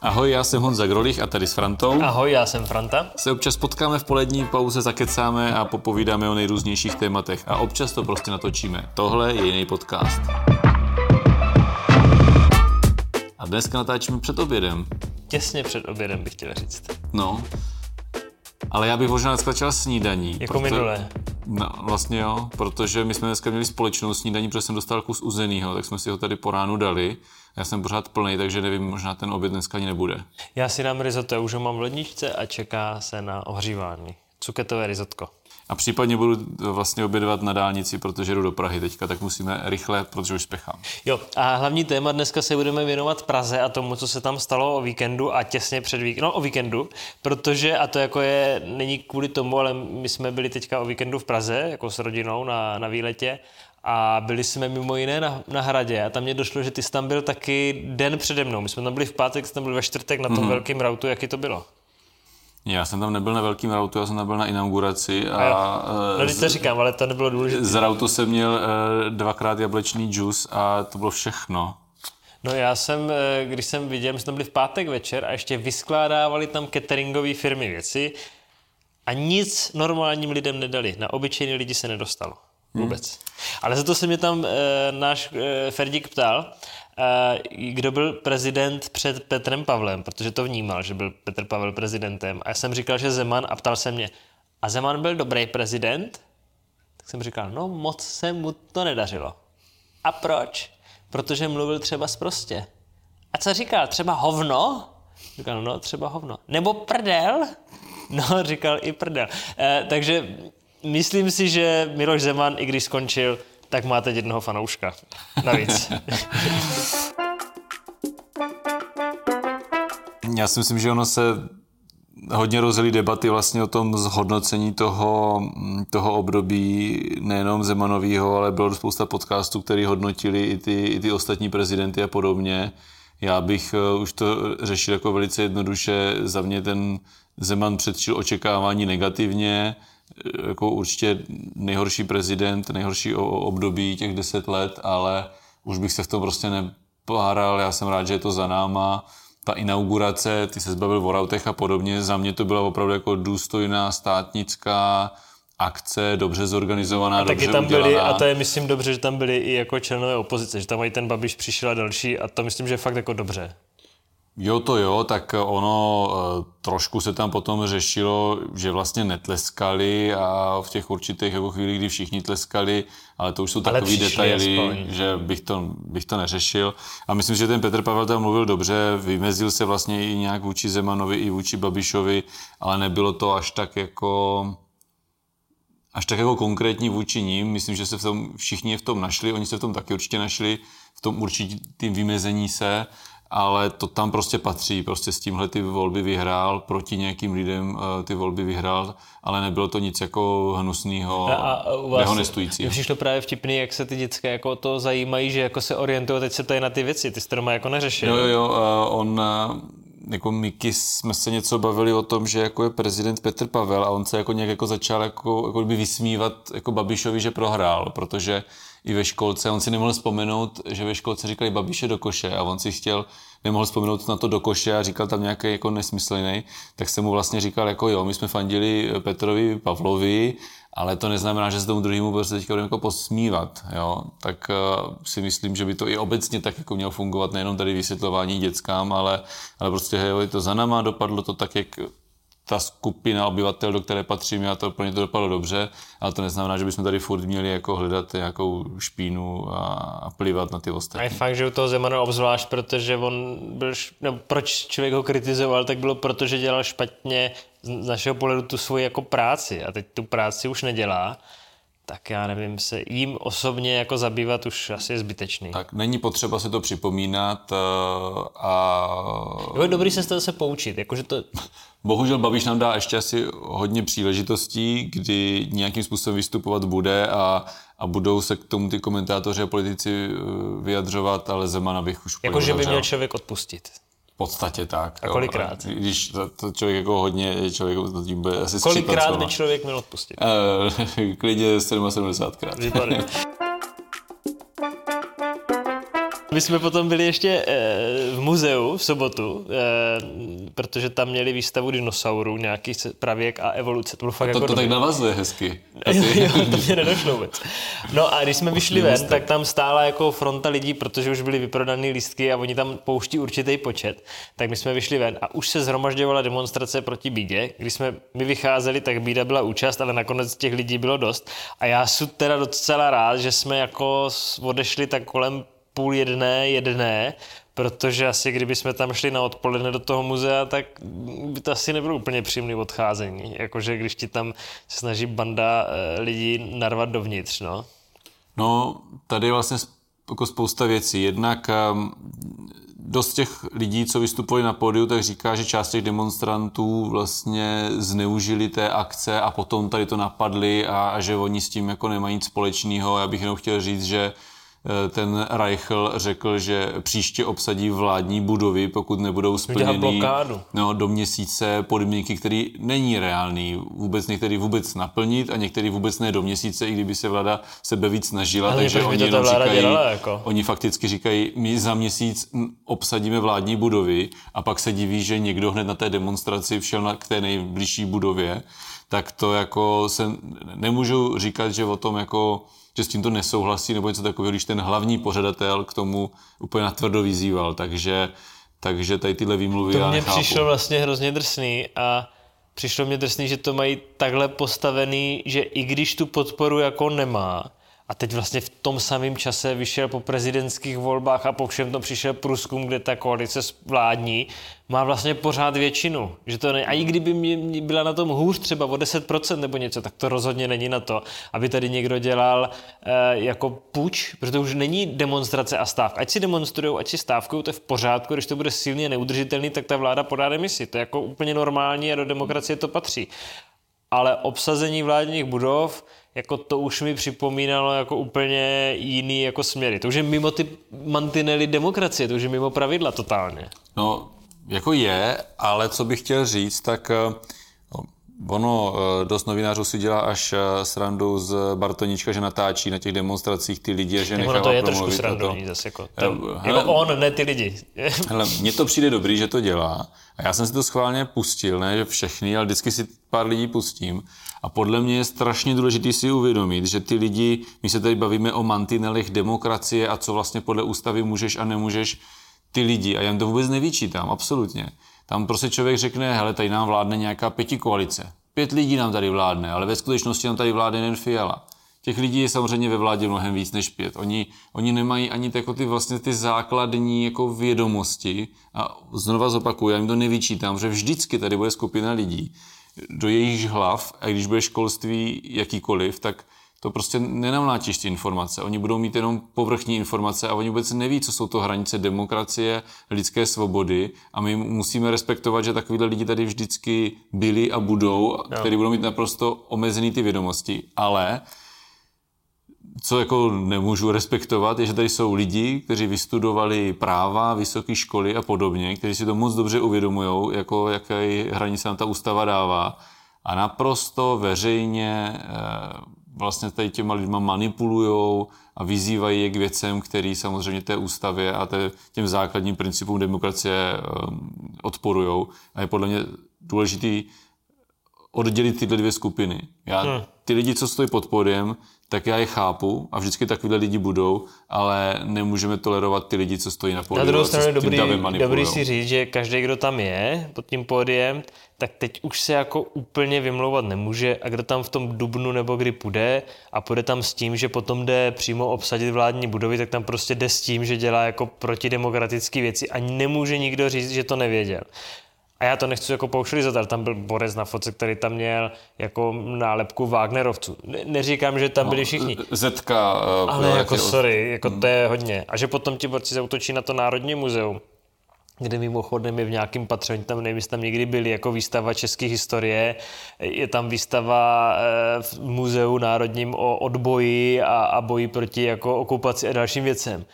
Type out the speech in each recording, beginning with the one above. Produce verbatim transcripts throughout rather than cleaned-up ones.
Ahoj, já jsem Honza Grolich a tady s Frantou. Ahoj, já jsem Franta. Se občas potkáme v polední pauze, zakecáme a popovídáme o nejrůznějších tématech a občas to prostě natočíme. Tohle je jiný podcast. A dneska natáčíme před obědem. Těsně před obědem bych chtěl říct. No, ale já bych možná dneska začal snídaní. Jako proto... minulé. No, vlastně jo, protože my jsme dneska měli společnou snídaní, protože jsem dostal kus uzenýho, tak jsme si ho tady po ránu dali. Já jsem pořád plnej, takže nevím, možná ten oběd dneska ani nebude. Já si dám risotto, už ho mám v ledničce a čeká se na ohřívání. Cuketové risotto. A případně budu vlastně obědovat na dálnici, protože jdu do Prahy teďka, tak musíme rychle, protože už spěchám. Jo, a hlavní téma dneska se budeme věnovat Praze a tomu, co se tam stalo o víkendu a těsně před víkendem, no o víkendu, protože, a to jako je, není kvůli tomu, ale my jsme byli teďka o víkendu v Praze, jako s rodinou na, na výletě, a byli jsme mimo jiné na, na Hradě a tam mě došlo, že ty jsi tam byl taky den přede mnou. My jsme tam byli v pátek, jsme tam byli ve čtvrtek na tom mm-hmm. velkým rautu, jaký to bylo? Já jsem tam nebyl na velkým rautu, já jsem tam byl na inauguraci. A, a no, když to říkám, ale to nebylo důležité. Z rautu jsem měl dvakrát jablečný džus a to bylo všechno. No já jsem, když jsem viděl, my jsme tam byli v pátek večer a ještě vyskládávali tam cateringové firmy věci a nic normálním lidem nedali. Na obyčejný lidi se nedostalo. Vůbec. Hmm. Ale za to se mě tam e, náš e, Ferdík ptal, e, kdo byl prezident před Petrem Pavlem, protože to vnímal, že byl Petr Pavel prezidentem. A já jsem říkal, že Zeman, a ptal se mě, a Zeman byl dobrý prezident? Tak jsem říkal, no moc se mu to nedařilo. A proč? Protože mluvil třeba sprostě. A co říkal? Třeba hovno? Říkal, no třeba hovno. Nebo prdel? No, říkal i prdel. E, takže... Myslím si, že Miloš Zeman, i když skončil, tak má teď jednoho fanouška. Navíc. Já si myslím, že ono se hodně rozdělí debaty vlastně o tom zhodnocení toho, toho období, nejenom Zemanovýho, ale bylo spousta podcastů, který hodnotili i ty, i ty ostatní prezidenty a podobně. Já bych už to řešil jako velice jednoduše. Za mě ten Zeman předčil očekávání negativně, jako určitě nejhorší prezident, nejhorší období těch deset let, ale už bych se v tom prostě nepáral, já jsem rád, že je to za náma. Ta inaugurace, ty se zbavil o rautech a podobně, za mě to byla opravdu jako důstojná státnická akce, dobře zorganizovaná, a dobře tam udělaná. Byli, a to je myslím dobře, že tam byli i jako členové opozice, že tam i ten Babiš přišel a další a to myslím, že je fakt jako dobře. Jo, to jo, tak ono trošku se tam potom řešilo, že vlastně netleskali a v těch určitých jako chvílích, kdy všichni tleskali, ale to už jsou takový detaily, aspoň. Že bych to, bych to neřešil. A myslím, že ten Petr Pavel tam mluvil dobře, vymezil se vlastně i nějak vůči Zemanovi, i vůči Babišovi, ale nebylo to až tak jako... až tak jako konkrétní vůči ním. Myslím, že se v tom všichni je v tom našli, oni se v tom taky určitě našli, v tom určitým vymezení se, ale to tam prostě patří, prostě s tímhle ty volby vyhrál, proti nějakým lidem ty volby vyhrál, ale nebylo to nic jako hnusného, dehonestujícího. Mně přišlo právě vtipný, jak se ty děcka jako to zajímají, že jako se orientují, teď se tady na ty věci, ty jsi to doma jako neřešil. Jo, jo, jo, on... jako Miky jsme se něco bavili o tom, že jako je prezident Petr Pavel a on se jako nějak jako začal jako, jako by vysmívat jako Babišovi, že prohrál, protože i ve školce, on si nemohl vzpomenout, že ve školce říkali Babiše do koše a on si chtěl, nemohl vzpomenout na to do koše a říkal tam nějaký jako nesmyslný, tak jsem mu vlastně říkal jako jo, my jsme fandili Petrovi Pavlovi, ale to neznamená, že se tomu druhému prostě teďka budeme jako posmívat, jo, tak uh, si myslím, že by to i obecně tak jako mělo fungovat, nejenom tady vysvětlování dětskám, ale, ale prostě hej, je to za náma, dopadlo to tak, jak ta skupina obyvatel, do které patřím, a to pro ně to dopadlo dobře, ale to neznamená, že bychom tady furt měli jako hledat nějakou špínu a, a plivat na ty ostatní. A je fakt, že u toho Zemana obzvlášť, protože on byl, no, proč člověk ho kritizoval, tak bylo proto, že dělal špatně z našeho pohledu tu svoji jako práci a teď tu práci už nedělá, tak já nevím, se jim osobně jako zabývat už asi je zbytečný. Tak není potřeba se to připomínat a... Je dobrý se z toho se poučit, jakože to... Bohužel Babiš nám dá ještě asi hodně příležitostí, kdy nějakým způsobem vystupovat bude a, a budou se k tomu ty komentátoři a politici vyjadřovat, ale Zemana bych už... Jakože by měl člověk odpustit. V podstatě tak. A kolikrát? Jo. Když to, to člověk jako hodně, člověk tím bude asi kolikrát by člověk měl odpustit? E, klidně sedmdesátkrát. Výborně. My jsme potom byli ještě v muzeu v sobotu, protože tam měli výstavu dinosaurů, nějaký pravěk a evoluce. To bylo fakt to, jako to tak navazuje hezky. Jo, to mě nedošlo vůbec. No a když jsme vyšli ven, tak tam stála jako fronta lidí, protože už byly vyprodaný lístky a oni tam pouští určitý počet. Tak my jsme vyšli ven a už se zhromažďovala demonstrace proti bídě. Když jsme my vycházeli, tak bída byla účast, ale nakonec těch lidí bylo dost. A já jsem teda docela rád, že jsme jako odešli tak kolem půl jedné, jedné, protože asi kdyby jsme tam šli na odpoledne do toho muzea, tak by to asi nebylo úplně příjemné odcházení. Jakože když ti tam se snaží banda lidí narvat dovnitř, no. No, tady je vlastně jako spousta věcí. Jednak um, dost těch lidí, co vystupovali na pódiu, tak říká, že část těch demonstrantů vlastně zneužili té akce a potom tady to napadli a, a že oni s tím jako nemají nic společného. Já bych jenom chtěl říct, že ten Reichl řekl, že příště obsadí vládní budovy, pokud nebudou splněny no, do měsíce podmínky, které není reálný vůbec některý vůbec naplnit a některý vůbec ne do měsíce, i kdyby se vláda sebe víc snažila. Ale takže oni, jenom říkají, dělala, jako. oni fakticky říkají, my za měsíc obsadíme vládní budovy a pak se diví, že někdo hned na té demonstraci všel na, k té nejbližší budově, tak to jako se nemůžu říkat, že o tom jako že s tím to nesouhlasí, nebo něco takového, když ten hlavní pořadatel k tomu úplně natvrdo vyzýval, takže, takže tady tyhle výmluvy já nechápu. To mně přišlo vlastně hrozně drsný a přišlo mě drsný, že to mají takhle postavený, že i když tu podporu jako nemá, a teď vlastně v tom samém čase vyšel po prezidentských volbách a po všem tom přišel průzkum, kde ta koalice vládní má vlastně pořád většinu. Že to ne, a i kdyby mě byla na tom hůř třeba o deset procent nebo něco, tak to rozhodně není na to, aby tady někdo dělal e, jako puč, protože to už není demonstrace a stávka. Ať si demonstrujou, ať si stávkují, to je v pořádku, když to bude silně neudržitelný, tak ta vláda podá demisi. To je jako úplně normální a do demokracie to patří. Ale obsazení vládních budov, jako to už mi připomínalo jako úplně jiný jako směry. To už je mimo ty mantinely demokracie, to už je mimo pravidla totálně. No, jako je, ale co bych chtěl říct, tak ono, dost novinářů si dělá až srandu z Bartoníčka, že natáčí na těch demonstracích ty lidi a že nechává promluvit. Ono to je trošku srandovní zase, jako, tam, hele, jako on, ne ty lidi. Hele, mně to přijde dobrý, že to dělá a já jsem si to schválně pustil, ne že všechny, ale vždycky si pár lidí pustím a podle mě je strašně důležité si uvědomit, že ty lidi, my se tady bavíme o mantinelech demokracie a co vlastně podle ústavy můžeš a nemůžeš ty lidi a já jim to vůbec nevyčítám, absolutně. Tam prostě člověk řekne, hele, tady nám vládne nějaká pětikoalice. Pět lidí nám tady vládne, ale ve skutečnosti nám tady vládne jen Fiala. Těch lidí je samozřejmě ve vládě mnohem víc než pět. Oni, oni nemají ani ty, jako ty, vlastně ty základní jako vědomosti. A znova zopakuju, já jim to nevyčítám, že vždycky tady bude skupina lidí, do jejichž hlav, a když bude školství jakýkoliv, tak to prostě nenamlátíš ty informace. Oni budou mít jenom povrchní informace a oni vůbec neví, co jsou to hranice demokracie, lidské svobody a my musíme respektovat, že takovýhle lidi tady vždycky byli a budou, no. Kteří budou mít naprosto omezený ty vědomosti. Ale co jako nemůžu respektovat, je, že tady jsou lidi, kteří vystudovali práva, vysoké školy a podobně, kteří si to moc dobře uvědomujou, jako jaké hranice nám ta ústava dává a naprosto veřejně vlastně tady těma lidma manipulujou a vyzývají je k věcem, který samozřejmě té ústavě a té, těm základním principům demokracie odporujou. A je podle mě důležitý oddělit tyhle dvě skupiny. Já, hmm. Ty lidi, co stojí pod pódiem, tak já je chápu a vždycky takovýhle lidi budou, ale nemůžeme tolerovat ty lidi, co stojí na pódiu. Na druhou stranu je dobrý, dobrý si říct, že každý, kdo tam je pod tím pódiem, tak teď už se jako úplně vymlouvat nemůže a kdo tam v tom dubnu nebo kdy půjde a půjde tam s tím, že potom jde přímo obsadit vládní budovy, tak tam prostě jde s tím, že dělá jako protidemokratické věci a nemůže nikdo říct, že to nevěděl. A já to nechci jako paušalizovat, ale tam byl borec na fotce, který tam měl jako nálepku Wagnerovců. Ne, neříkám, že tam byli všichni. Zetka. Uh, ale jako sorry, jako to je hodně. A že potom ti borci zautočí na to Národní muzeum, kde mimochodem je v nějakém patře, oni tam nevím, jestli tam někdy byli, jako výstava české historie, je tam výstava v muzeu národním o odboji a, a boji proti jako okupaci a dalším věcem.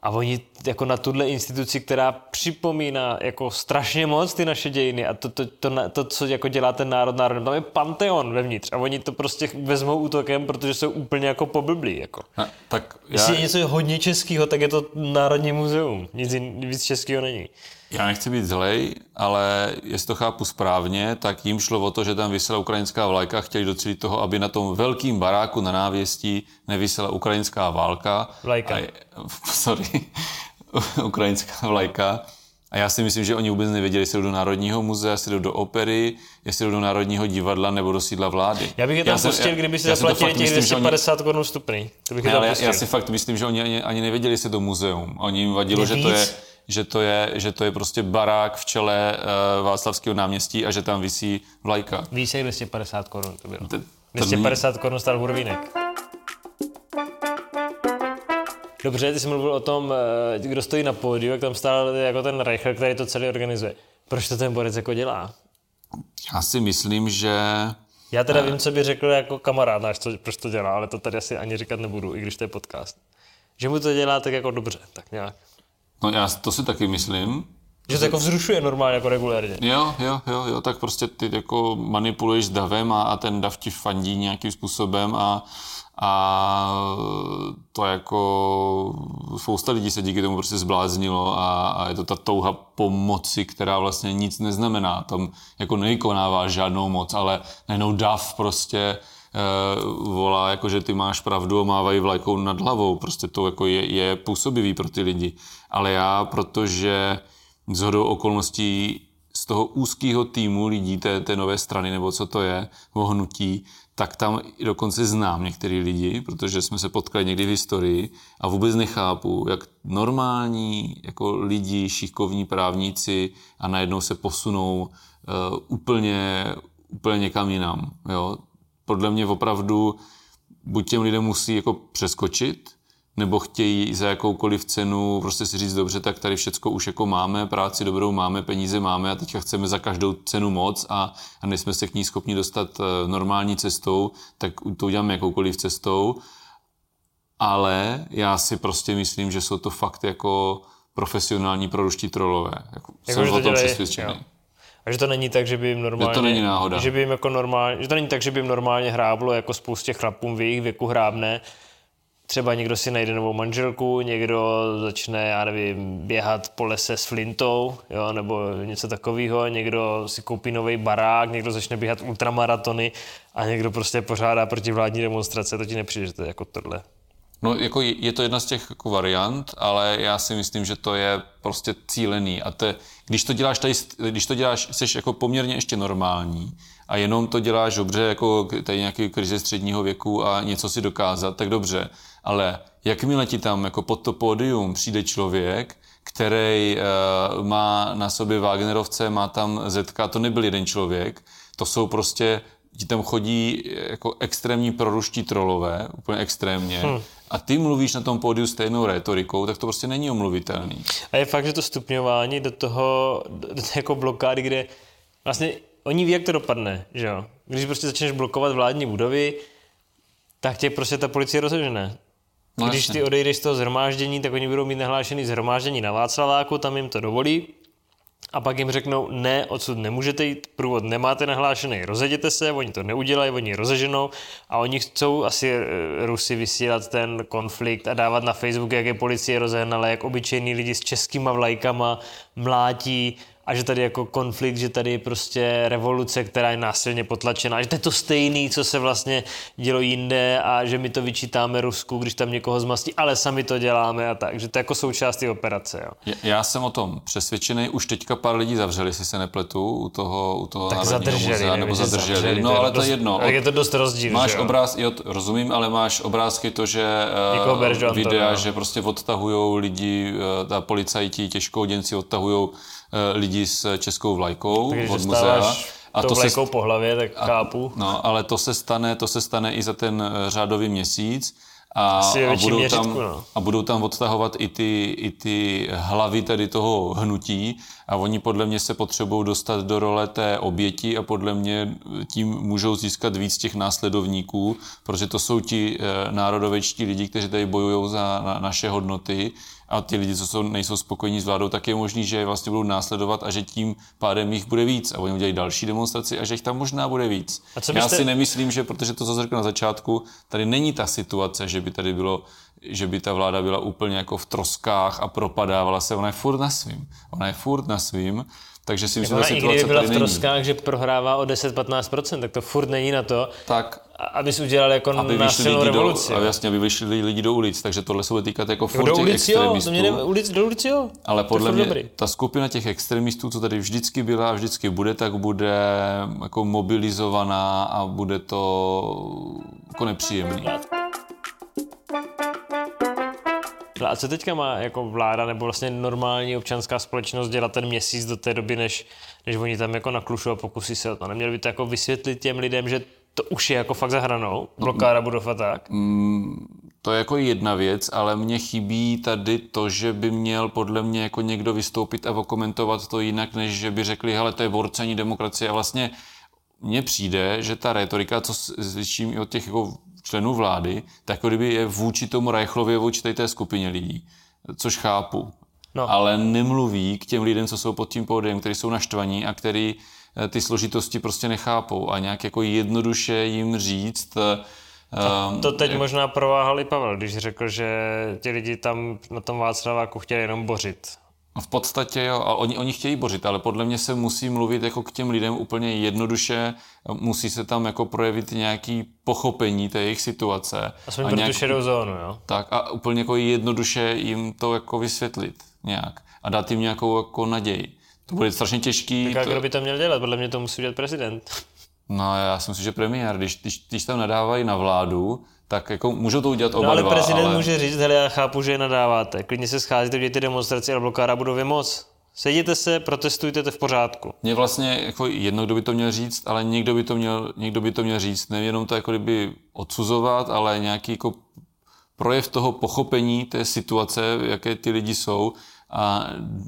A oni jako na tuhle instituci, která připomíná jako strašně moc ty naše dějiny a to, to, to, to, to co jako dělá ten národ národem, tam je Panteon vevnitř a oni to prostě vezmou útokem, protože jsou úplně jako poblblí. Jako. No, tak já... Jestli je něco hodně českého, tak je to Národní muzeum. Nic víc českého není. Já nechci být zlej, ale jestli to chápu správně, tak jim šlo o to, že tam visela ukrajinská vlajka, chtěli docílit toho, aby na tom velkým baráku na návěstí nevisela ukrajinská válka. Vlajka. A, sorry, ukrajinská vlajka. A já si myslím, že oni vůbec nevěděli, jestli jdou do Národního muzea, jestli jdou do opery, jestli jdou do Národního divadla nebo do sídla vlády. Já bych je tam já pustil, jsem, kdyby si zaplatili těch dvě stě padesát korun vstupný. To bych je tam já, já si fakt myslím, že oni ani, ani nevěděli, jestli je to muzeum. Oni jim vadilo, že to je... Že to, je, že to je prostě barák v čele uh, Václavského náměstí a že tam visí vlajka. Víš, jak dvě stě padesát korun to bylo. dvě stě padesát korun stál hurvínek. Dobře, ty jsi mluvil o tom, kdo stojí na pódiu, jak tam stál jako ten Reichel, který to celý organizuje. Proč to ten borec jako dělá? Já si myslím, že... Já teda vím, co by řekl jako kamarád náš, co, proč to dělá, ale to tady asi ani říkat nebudu, i když to je podcast. Že mu to dělá tak jako dobře, tak nějak. No já to si taky myslím. Že to jako vzrušuje normálně, jako regulérně. Jo, jo, jo, jo, tak prostě ty jako manipuluješ s davem a, a ten dav ti fandí nějakým způsobem a, a to jako spousta lidí se díky tomu prostě zbláznilo a, a je to ta touha po moci, která vlastně nic neznamená. Tam jako nevykonává žádnou moc, ale najednou dav prostě Uh, volá, jako, že ty máš pravdu a mávají vlajkou nad hlavou. Prostě to jako je, je působivý pro ty lidi. Ale já, protože shodou okolností z toho úzkého týmu lidí té, té nové strany, nebo co to je, o hnutí, tak tam dokonce znám některý lidi, protože jsme se potkali někdy v historii a vůbec nechápu, jak normální jako lidi, šikovní právníci a najednou se posunou uh, úplně, úplně někam jinam. Jo? Podle mě opravdu buď těm lidem musí jako přeskočit, nebo chtějí za jakoukoliv cenu prostě si říct dobře, tak tady všecko už jako máme, práci dobrou máme, peníze máme a teďka chceme za každou cenu moc a, a nejsme se k ní schopni dostat normální cestou, tak to uděláme jakoukoliv cestou. Ale já si prostě myslím, že jsou to fakt jako profesionální proruští trolové. Jako, jako jsem o tom přesvědčený. A že to není tak, že by jim normálně... Že to není náhoda. Že by jim jako normálně, že to není tak, že by jim normálně hráblo, jako spoustě chlapům v jejich věku hrábne. Třeba někdo si najde novou manželku, někdo začne, já nevím, běhat po lese s flintou, jo, nebo něco takového, někdo si koupí nový barák, někdo začne běhat ultramaratony a někdo prostě pořádá protivládní demonstrace, to ti nepřijde, že to je jako tohle. No, jako je to jedna z těch jako variant, ale já si myslím, že to je prostě cílený. A te, když to děláš tady, když to děláš, jsi jako poměrně ještě normální a jenom to děláš dobře, jako tady nějaký krize středního věku a něco si dokázat, tak dobře. Ale jakmile ti tam jako pod to pódium přijde člověk, který uh, má na sobě Wagnerovce, má tam Zetka, to nebyl jeden člověk, to jsou prostě, ti tam chodí jako extrémní proruští trolové, úplně extrémně, hmm. a ty mluvíš na tom pódiu stejnou rétorikou, tak to prostě není omluvitelný. A je fakt, že to stupňování do toho, do té jako blokády, kde vlastně oni ví, jak to dopadne, že jo. Když prostě začneš blokovat vládní budovy, tak tě prostě ta policie rozežene. No, když ty odejdeš z toho shromáždění, tak oni budou mít nahlášený shromáždění na Václaváku, tam jim to dovolí. A pak jim řeknou, ne, odsud nemůžete jít, průvod nemáte nahlášený, rozejděte se, oni to neudělají, oni rozeženou a oni chcou asi Rusy vysílat ten konflikt a dávat na Facebook, jak je policie rozehnala, jak obyčejní lidi s českýma vlajkama mlátí a že tady jako konflikt, že tady je prostě revoluce, která je násilně potlačená, že to je to stejný, co se vlastně dělo jinde a že my to vyčítáme Rusku, když tam někoho zmastí, ale sami to děláme a tak, že to je jako součást té operace. Jo. Já jsem o tom přesvědčený, už teďka pár lidí zavřeli, jestli se nepletu, u toho, u toho tak Národního zadrželi, muzea, nevím, nebo zadrželi. zadrželi. No ale to je jedno. Ale je to dost rozdíl, máš že jo? Obráz, jo, rozumím, ale máš obrázky to, že uh, videa, to, že prostě odtahujou lidi, uh, ta policajti, těžkooděnci odtahujou uh, lidi s českou vlajkou takže od muzea. A to vlajkou se, po hlavě, tak a, chápu. No, ale to se stane, to se stane i za ten řádový měsíc. A, a, budou měřitku, tam, no. a budou tam odtahovat i ty, i ty hlavy tady toho hnutí A oni podle mě se potřebují dostat do role té oběti a podle mě tím můžou získat víc těch následovníků, protože to jsou ti e, národovečtí lidi, kteří tady bojují za na, naše hodnoty a ty lidi, co jsou, nejsou spokojení s vládou, tak je možný, že je vlastně budou následovat a že tím pádem jich bude víc a oni udělají další demonstraci a že jich tam možná bude víc. A co byste... Já si nemyslím, že protože to, co řekl na začátku, tady není ta situace, že by tady bylo, že by ta vláda byla úplně jako v troskách a propadávala se. Ona je furt na svým. Ona je furt na svým. Takže si myslím, že situace tady není. Kdyby byla v troskách, že prohrává o deset až patnáct procent, tak to furt není na to, tak, abys udělal jako násilnou revoluci. Do, a jasně, aby vyšli lidi do ulic, takže tohle se bude týkat jako furt do těch ulic, extremistů. Jo, to mě ne, ulic, do ulic, jo. Ale podle mě dobrý. Ta skupina těch extremistů, co tady vždycky byla a vždycky bude, tak bude jako mobilizovaná a bude to jako nepříjemný. A co teďka má jako vláda nebo vlastně normální občanská společnost dělat ten měsíc do té doby, než, než oni tam jako naklušou a pokusí se o to? Neměli by to jako vysvětlit těm lidem, že to už je jako fakt za hranou? Blokáda budov a tak? Mm, to je jako jedna věc, ale mně chybí tady to, že by měl podle mě jako někdo vystoupit a okomentovat to jinak, než že by řekli, hele, to je borcení demokracie. A vlastně mně přijde, že ta retorika, co slyším i od těch jako členů vlády, tak jako kdyby je vůči tomu Reichlově, vůči té skupině lidí, což chápu. No. Ale nemluví k těm lidem, co jsou pod tím pódiem, kteří jsou naštvaní a kteří ty složitosti prostě nechápou a nějak jako jednoduše jim říct. To, to teď je... možná prováhal i Pavel, když řekl, že ti lidi tam na tom Václaváku chtěli jenom bořit. V podstatě jo, a oni, oni chtějí bořit, ale podle mě se musí mluvit jako k těm lidem úplně jednoduše, musí se tam jako projevit nějaký pochopení té jejich situace. Aspoň pro tu šedou zónu, jo? Tak a úplně jako jednoduše jim to jako vysvětlit nějak a dát jim nějakou jako naději. To bude strašně těžký. Tak a to... kdo by to měl dělat? Podle mě to musí dělat prezident. No já si myslím, že premiér, když, když, když tam nadávají na vládu, tak jako můžou to udělat oba no, ale dva, prezident ale... může říct, hele, já chápu, že je nadáváte, klidně se scházíte, udějte demonstraci, ale blokáda budovy moc. Sejděte se, protestujte, to v pořádku. Mně vlastně jako jedno, kdo by to měl říct, ale někdo by to měl, někdo by to měl říct, nejenom to jako kdyby odsuzovat, ale nějaký jako projev toho pochopení té situace, jaké ty lidi jsou a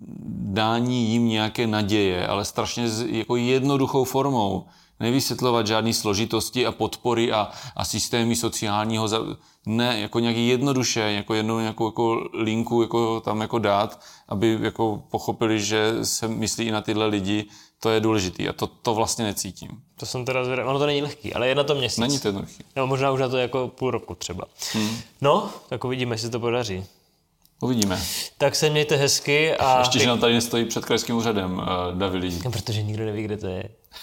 dání jim nějaké naděje, ale strašně jako jednoduchou formou. Nevysvětlovat žádný složitosti a podpory a, a systémy sociálního, za, ne, jako nějaký jednoduše, jako jednou nějakou jako linku jako tam jako dát, aby jako pochopili, že se myslí i na tyhle lidi, to je důležitý a to, to vlastně necítím. To jsem teda zvědavý, ono to není lehký, ale je na to měsíc. Není to jednoduchý. No možná už na to jako půl roku třeba. Hmm. No, tak uvidíme, jestli to podaří. Uvidíme. Tak se mějte hezky a... Ještě, že nám tady nestojí před krajským úřadem uh, Davy lidí. Protože nikdo neví, kde to je.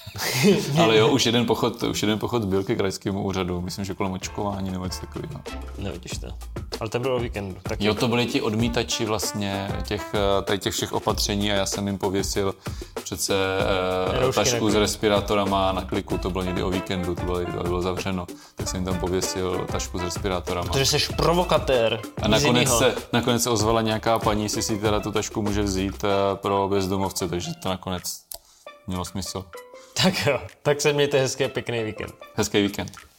Ale jo, už jeden pochod, už jeden pochod byl ke krajskému úřadu. Myslím, že kolem očkování nebo něco takového. Nevidíš to. Ale ten byl o víkendu. Tak jo, to byli ti odmítači vlastně těch, tady těch všech opatření a já jsem jim pověsil přece uh, tašku s respirátorama na kliku. To bylo někdy o víkendu, to bylo, to bylo zavřeno. Tak jsem jim tam pověsil tašku s respirátorama. Protože jsi provokatér. A nakonec se, nakonec se ozvala nějaká paní, jestli si teda tu tašku může vzít uh, pro bezdomovce, takže to nakonec mělo smysl. Tak jo, tak se mějte hezký pěkný víkend. Hezký víkend.